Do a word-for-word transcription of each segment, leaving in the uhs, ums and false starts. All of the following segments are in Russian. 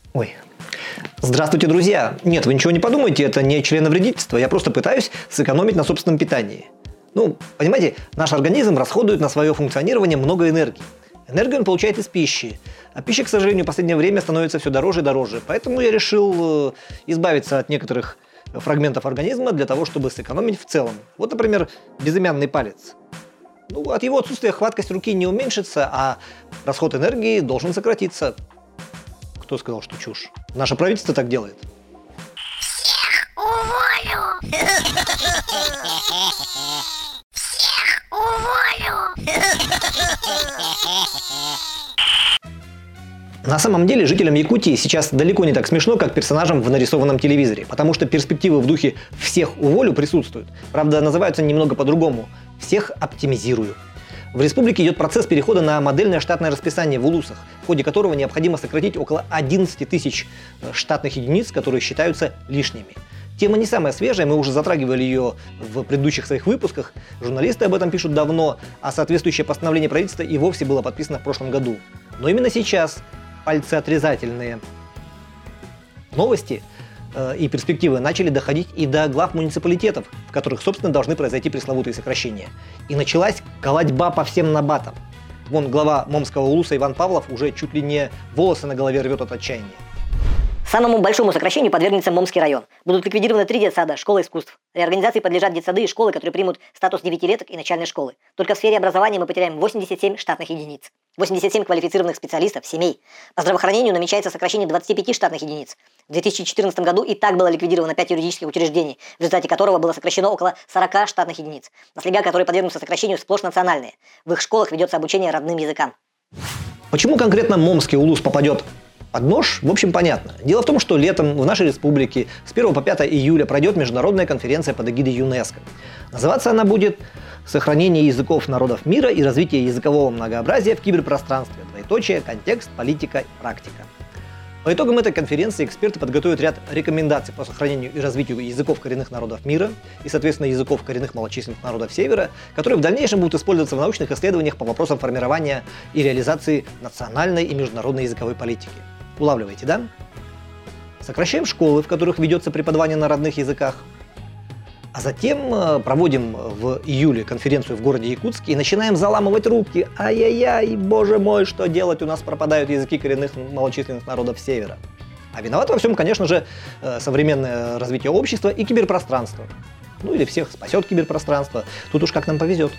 Ой. Здравствуйте, друзья! Нет, вы ничего не подумайте, это не членовредительство, я просто пытаюсь сэкономить на собственном питании. Ну, понимаете, наш организм расходует на свое функционирование много энергии. Энергию он получает из пищи, а пища, к сожалению, в последнее время становится все дороже и дороже, поэтому я решил избавиться от некоторых фрагментов организма для того, чтобы сэкономить в целом. Вот, например, безымянный палец. Ну, от его отсутствия хваткость руки не уменьшится, а расход энергии должен сократиться. Кто сказал, что чушь? Наше правительство так делает. Всех уволю! Всех уволю! На самом деле жителям Якутии сейчас далеко не так смешно, как персонажам в нарисованном телевизоре, потому что перспективы в духе «всех уволю» присутствуют. Правда, называются немного по-другому – «всех оптимизирую». В республике идет процесс перехода на модельное штатное расписание в улусах, в ходе которого необходимо сократить около одиннадцати тысяч штатных единиц, которые считаются лишними. Тема не самая свежая, мы уже затрагивали ее в предыдущих своих выпусках, журналисты об этом пишут давно, а соответствующее постановление правительства и вовсе было подписано в прошлом году. Но именно сейчас пальцеотрезательные новости э, и перспективы начали доходить и до глав муниципалитетов, в которых, собственно, должны произойти пресловутые сокращения. И началась колотьба по всем набатам. Вон глава Момского улуса Иван Павлов уже чуть ли не волосы на голове рвет от отчаяния. Самому большому сокращению подвергнется Момский район. Будут ликвидированы три детсада, школы искусств. Реорганизации подлежат детсады и школы, которые примут статус девятилеток и начальной школы. Только в сфере образования мы потеряем восемьдесят семь штатных единиц. восемьдесят семь квалифицированных специалистов, семей. По здравоохранению намечается сокращение двадцати пяти штатных единиц. В две тысячи четырнадцатом году и так было ликвидировано пять юридических учреждений, в результате которого было сокращено около сорока штатных единиц. Наследия, которые подвергнутся сокращению, сплошь национальные. В их школах ведется обучение родным языкам. Почему конкретно Момский улус попадет под нож, в общем, понятно. Дело в том, что летом в нашей республике с первого по пятое июля пройдет международная конференция под эгидой ЮНЕСКО. Называться она будет «Сохранение языков народов мира и развитие языкового многообразия в киберпространстве. Двоеточие, контекст, политика, практика». По итогам этой конференции эксперты подготовят ряд рекомендаций по сохранению и развитию языков коренных народов мира и, соответственно, языков коренных малочисленных народов Севера, которые в дальнейшем будут использоваться в научных исследованиях по вопросам формирования и реализации национальной и международной языковой политики. Улавливаете, да? Сокращаем школы, в которых ведется преподавание на родных языках. А затем проводим в июле конференцию в городе Якутске и начинаем заламывать руки. Ай-яй-яй, боже мой, что делать? У нас пропадают языки коренных малочисленных народов Севера. А виноват во всем, конечно же, современное развитие общества и киберпространства. Ну или всех спасет киберпространство. Тут уж как нам повезет.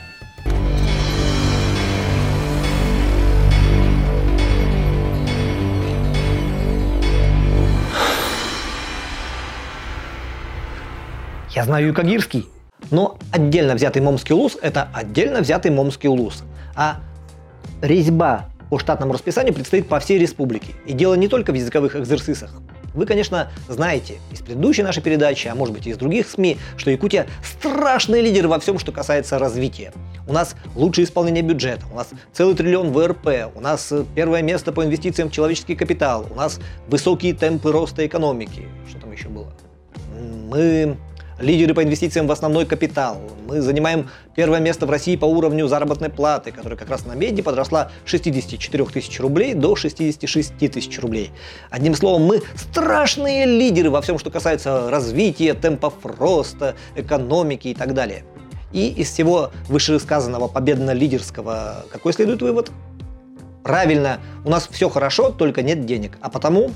Я знаю юкагирский, но отдельно взятый Момский улус – это отдельно взятый Момский улус. А резьба по штатному расписанию предстоит по всей республике. И дело не только в языковых экзерсисах. Вы, конечно, знаете из предыдущей нашей передачи, а может быть и из других СМИ, что Якутия страшный лидер во всем, что касается развития. У нас лучшее исполнение бюджета, у нас целый триллион вэ эр пэ, у нас первое место по инвестициям в человеческий капитал, у нас высокие темпы роста экономики. Что там еще было? Мы лидеры по инвестициям в основной капитал. Мы занимаем первое место в России по уровню заработной платы, которая как раз на меди подросла с шестидесяти четырёх тысяч рублей до шестидесяти шести тысяч рублей. Одним словом, мы страшные лидеры во всем, что касается развития, темпов роста, экономики и так далее. И из всего вышесказанного победно-лидерского какой следует вывод? Правильно, у нас все хорошо, только нет денег, а потому...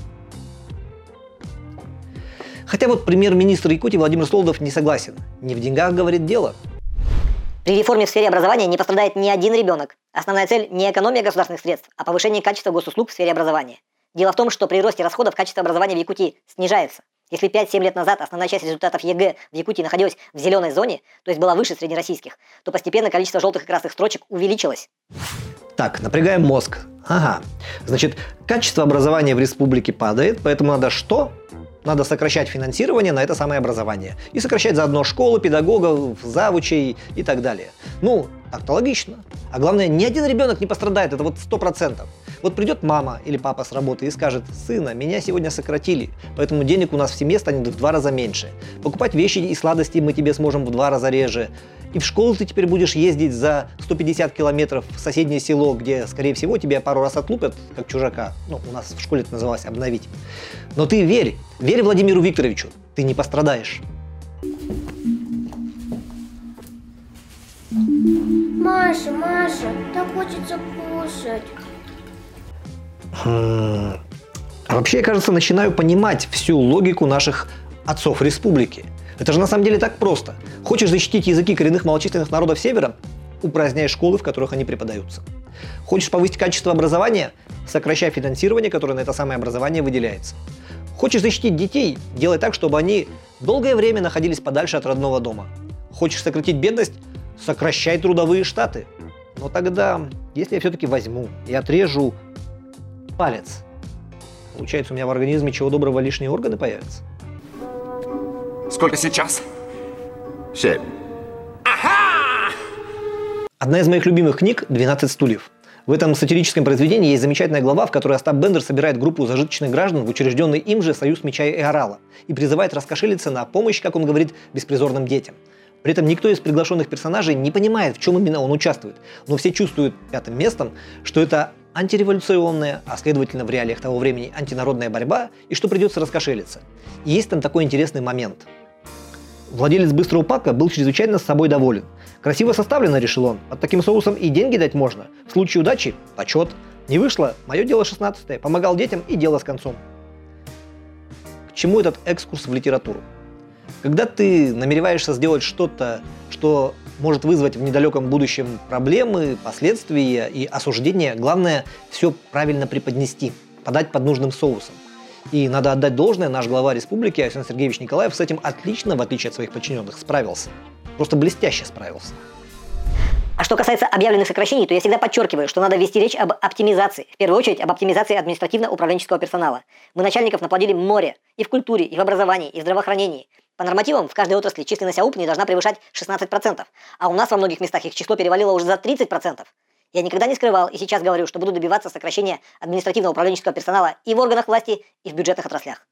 Хотя вот премьер-министр Якутии Владимир Солодов не согласен. Не в деньгах, говорит, дело. При реформе в сфере образования не пострадает ни один ребенок. Основная цель не экономия государственных средств, а повышение качества госуслуг в сфере образования. Дело в том, что при росте расходов качество образования в Якутии снижается. Если пять-семь лет назад основная часть результатов ЕГЭ в Якутии находилась в зеленой зоне, то есть была выше среднероссийских, то постепенно количество желтых и красных строчек увеличилось. Так, напрягаем мозг. Ага. Значит, качество образования в республике падает, поэтому надо что? Надо сокращать финансирование на это самое образование. И сокращать заодно школы, педагогов, завучей и так далее. Ну, Так-то логично. А главное, ни один ребенок не пострадает, это вот сто процентов. Вот придет мама или папа с работы и скажет: сына, меня сегодня сократили, поэтому денег у нас в семье станет в два раза меньше. Покупать вещи и сладости мы тебе сможем в два раза реже. И в школу ты теперь будешь ездить за сто пятьдесят километров в соседнее село, где, скорее всего, тебя пару раз отлупят, как чужака. Ну, у нас в школе это называлось обновить. Но ты верь, верь Владимиру Викторовичу, ты не пострадаешь. Маша, Маша, так хочется кушать. Хм. А вообще, я, кажется, начинаю понимать всю логику наших отцов республики. Это же на самом деле так просто. Хочешь защитить языки коренных малочисленных народов Севера? Упраздняй школы, в которых они преподаются. Хочешь повысить качество образования? Сокращай финансирование, которое на это самое образование выделяется. Хочешь защитить детей? Делай так, чтобы они долгое время находились подальше от родного дома. Хочешь сократить бедность? Сокращай трудовые штаты. Но тогда, если я все-таки возьму и отрежу палец, получается, у меня в организме чего доброго лишние органы появятся? Сколько сейчас? Семь. Одна из моих любимых книг «двенадцать стульев». В этом сатирическом произведении есть замечательная глава, в которой Остап Бендер собирает группу зажиточных граждан в учрежденный им же Союз меча и орала и призывает раскошелиться на помощь, как он говорит, беспризорным детям. При этом никто из приглашенных персонажей не понимает, в чем именно он участвует, но все чувствуют пятым местом, что это антиреволюционная, а следовательно в реалиях того времени антинародная борьба, и что придется раскошелиться. И есть там такой интересный момент. Владелец быстрого пака был чрезвычайно с собой доволен. Красиво составлено, решил он. Под таким соусом и деньги дать можно. В случае удачи – почет. Не вышло – мое дело шестнадцатое. Помогал детям и дело с концом. К чему этот экскурс в литературу? Когда ты намереваешься сделать что-то, что может вызвать в недалеком будущем проблемы, последствия и осуждения, главное все правильно преподнести, подать под нужным соусом. И надо отдать должное, наш глава республики Александр Сергеевич Николаев с этим отлично, в отличие от своих подчиненных, справился. Просто блестяще справился. А что касается объявленных сокращений, то я всегда подчеркиваю, что надо вести речь об оптимизации. В первую очередь об оптимизации административно-управленческого персонала. Мы начальников наплодили море и в культуре, и в образовании, и в здравоохранении. По нормативам в каждой отрасли численность АУП не должна превышать шестнадцать процентов, а у нас во многих местах их число перевалило уже за тридцать процентов. Я никогда не скрывал и сейчас говорю, что буду добиваться сокращения административно-управленческого персонала и в органах власти, и в бюджетных отраслях.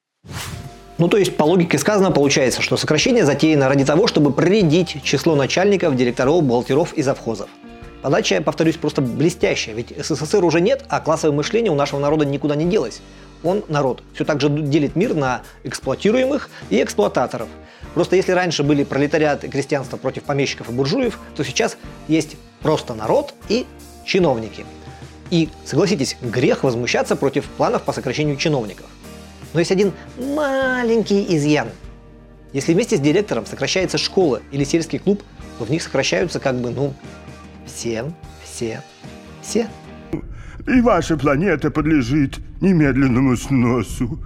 Ну, то есть, по логике сказано, получается, что сокращение затеяно ради того, чтобы проредить число начальников, директоров, бухгалтеров и завхозов. Подача, повторюсь, просто блестящая, ведь СССР уже нет, а классовое мышление у нашего народа никуда не делось. Он, народ, все так же делит мир на эксплуатируемых и эксплуататоров. Просто если раньше были пролетариат и крестьянство против помещиков и буржуев, то сейчас есть просто народ и чиновники. И, согласитесь, грех возмущаться против планов по сокращению чиновников. Но есть один маленький изъян. Если вместе с директором сокращается школа или сельский клуб, то в них сокращаются как бы, ну, все, все, все. И ваша планета подлежит немедленному сносу.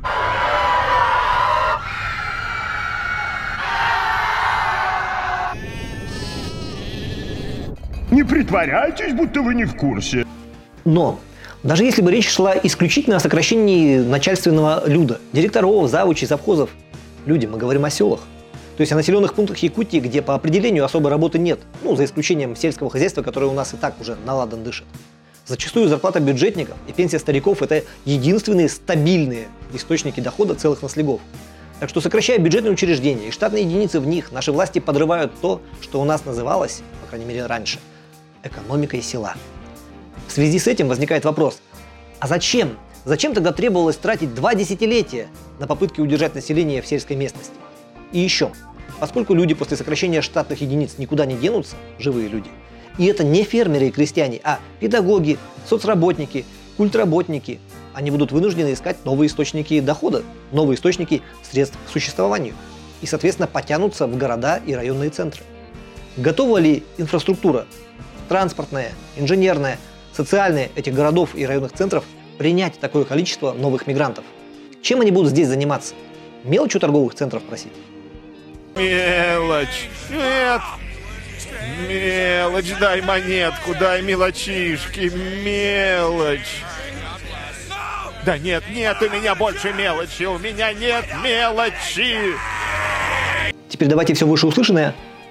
Не притворяйтесь, будто вы не в курсе. Но даже если бы речь шла исключительно о сокращении начальственного люда, директоров, завучей, завхозов, люди, мы говорим о селах. То есть о населенных пунктах Якутии, где по определению особой работы нет, ну, за исключением сельского хозяйства, которое у нас и так уже наладан дышит. Зачастую зарплата бюджетников и пенсия стариков – это единственные стабильные источники дохода целых наследов. Так что, сокращая бюджетные учреждения и штатные единицы в них, наши власти подрывают то, что у нас называлось, по крайней мере раньше, экономикой села. В связи с этим возникает вопрос, а зачем? Зачем тогда требовалось тратить два десятилетия на попытки удержать население в сельской местности? И еще, поскольку люди после сокращения штатных единиц никуда не денутся, живые люди, и это не фермеры и крестьяне, а педагоги, соцработники, культработники, они будут вынуждены искать новые источники дохода, новые источники средств к существованию и, соответственно, потянутся в города и районные центры. Готова ли инфраструктура, транспортная, инженерная, социальная этих городов и районных центров принять такое количество новых мигрантов? Чем они будут здесь заниматься? Мелочь у торговых центров просить? Мелочь. Нет. Мелочь, дай монетку, дай мелочишки, мелочь. Да нет, нет у меня больше мелочи, у меня нет мелочи. Теперь давайте все вышеуслышанное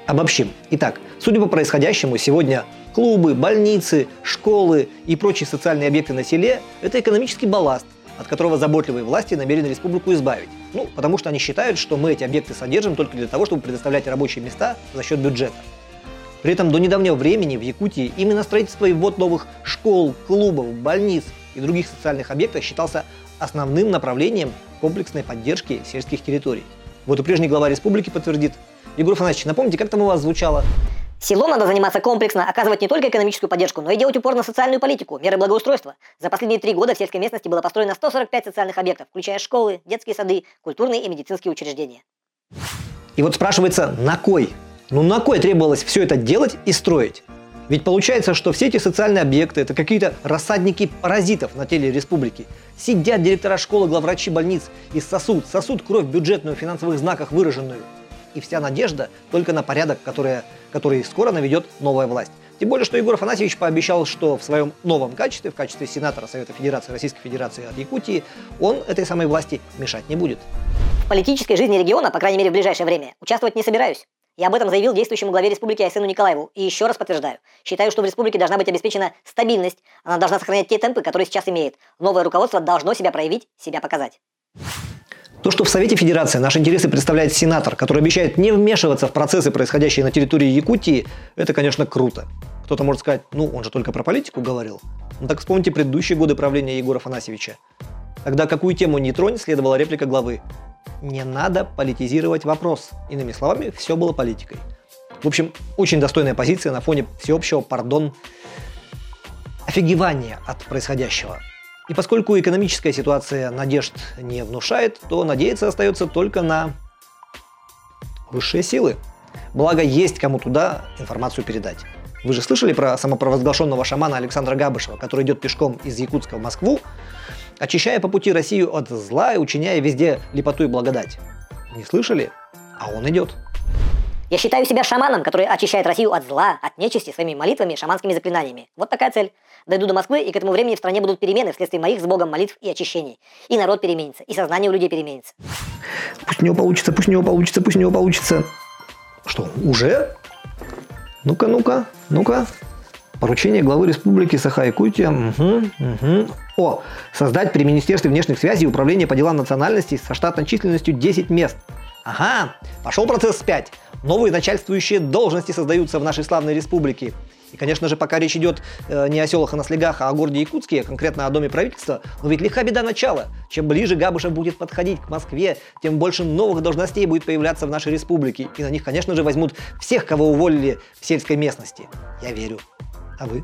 Обобщим. Итак, судя по происходящему, сегодня клубы, больницы, школы и прочие социальные объекты на селе – это экономический балласт, от которого заботливые власти намерены республику избавить. Ну, потому что они считают, что мы эти объекты содержим только для того, чтобы предоставлять рабочие места за счет бюджета. При этом до недавнего времени в Якутии именно строительство и ввод новых школ, клубов, больниц и других социальных объектов считался основным направлением комплексной поддержки сельских территорий. Вот и прежний глава республики подтвердит. Егор Афанасьевич, напомните, как там у вас звучало? Селом надо заниматься комплексно, оказывать не только экономическую поддержку, но и делать упор на социальную политику, меры благоустройства. За последние три года в сельской местности было построено сто сорок пять социальных объектов, включая школы, детские сады, культурные и медицинские учреждения. И вот спрашивается, на кой? Ну на кой требовалось все это делать и строить? Ведь получается, что все эти социальные объекты – это какие-то рассадники паразитов на теле республики. Сидят директора школы, главврачи больниц и сосут, сосут кровь бюджетную в финансовых знаках выраженную. И вся надежда только на порядок, который, который скоро наведет новая власть. Тем более, что Егор Афанасьевич пообещал, что в своем новом качестве, в качестве сенатора Совета Федерации Российской Федерации от Якутии, он этой самой власти мешать не будет. В политической жизни региона, по крайней мере в ближайшее время, участвовать не собираюсь. Я об этом заявил действующему главе республики Айсену Николаеву и еще раз подтверждаю. Считаю, что в республике должна быть обеспечена стабильность, она должна сохранять те темпы, которые сейчас имеет. Новое руководство должно себя проявить, себя показать. То, что в Совете Федерации наши интересы представляет сенатор, который обещает не вмешиваться в процессы, происходящие на территории Якутии, это, конечно, круто. Кто-то может сказать, ну, он же только про политику говорил. Ну так вспомните предыдущие годы правления Егора Афанасьевича. Тогда какую тему ни тронь, следовала реплика главы. Не надо политизировать вопрос. Иными словами, все было политикой. В общем, очень достойная позиция на фоне всеобщего, пардон, офигевания от происходящего. И поскольку экономическая ситуация надежд не внушает, то надеяться остается только на высшие силы. Благо, есть кому туда информацию передать. Вы же слышали про самопровозглашенного шамана Александра Габышева, который идет пешком из Якутска в Москву, очищая по пути Россию от зла и учиняя везде лепоту и благодать? Не слышали? А он идет. Я считаю себя шаманом, который очищает Россию от зла, от нечисти своими молитвами, шаманскими заклинаниями. Вот такая цель. Дойду до Москвы, и к этому времени в стране будут перемены вследствие моих с Богом молитв и очищений. И народ переменится, и сознание у людей переменится. Пусть у него получится, пусть у него получится, пусть у него получится. Что, уже? Ну-ка, ну-ка, ну-ка. Поручение главы республики Саха-Якутия. Угу, угу. О, создать при Министерстве внешних связей управление по делам национальностей со штатной численностью десять мест. Ага, пошел процесс вспять. Новые начальствующие должности создаются в нашей славной республике. И, конечно же, пока речь идет э, не о селах и на слегах, а о городе Якутске, конкретно о доме правительства, но ведь лиха беда начала. Чем ближе Габышев будет подходить к Москве, тем больше новых должностей будет появляться в нашей республике. И на них, конечно же, возьмут всех, кого уволили в сельской местности. Я верю. А вы?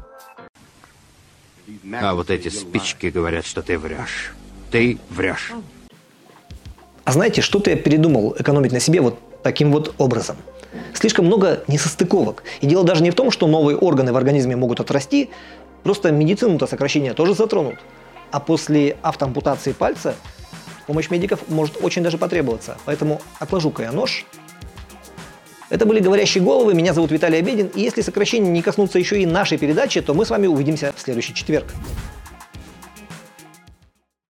А вот эти спички говорят, что ты врешь. Ты врешь. А знаете, что-то я передумал экономить на себе вот таким вот образом. Слишком много несостыковок. И дело даже не в том, что новые органы в организме могут отрасти, просто медицину-то сокращения тоже затронут. А после автоампутации пальца помощь медиков может очень даже потребоваться. Поэтому отложу-ка я нож. Это были «Говорящие головы», меня зовут Виталий Обедин. И если сокращения не коснутся еще и нашей передачи, то мы с вами увидимся в следующий четверг.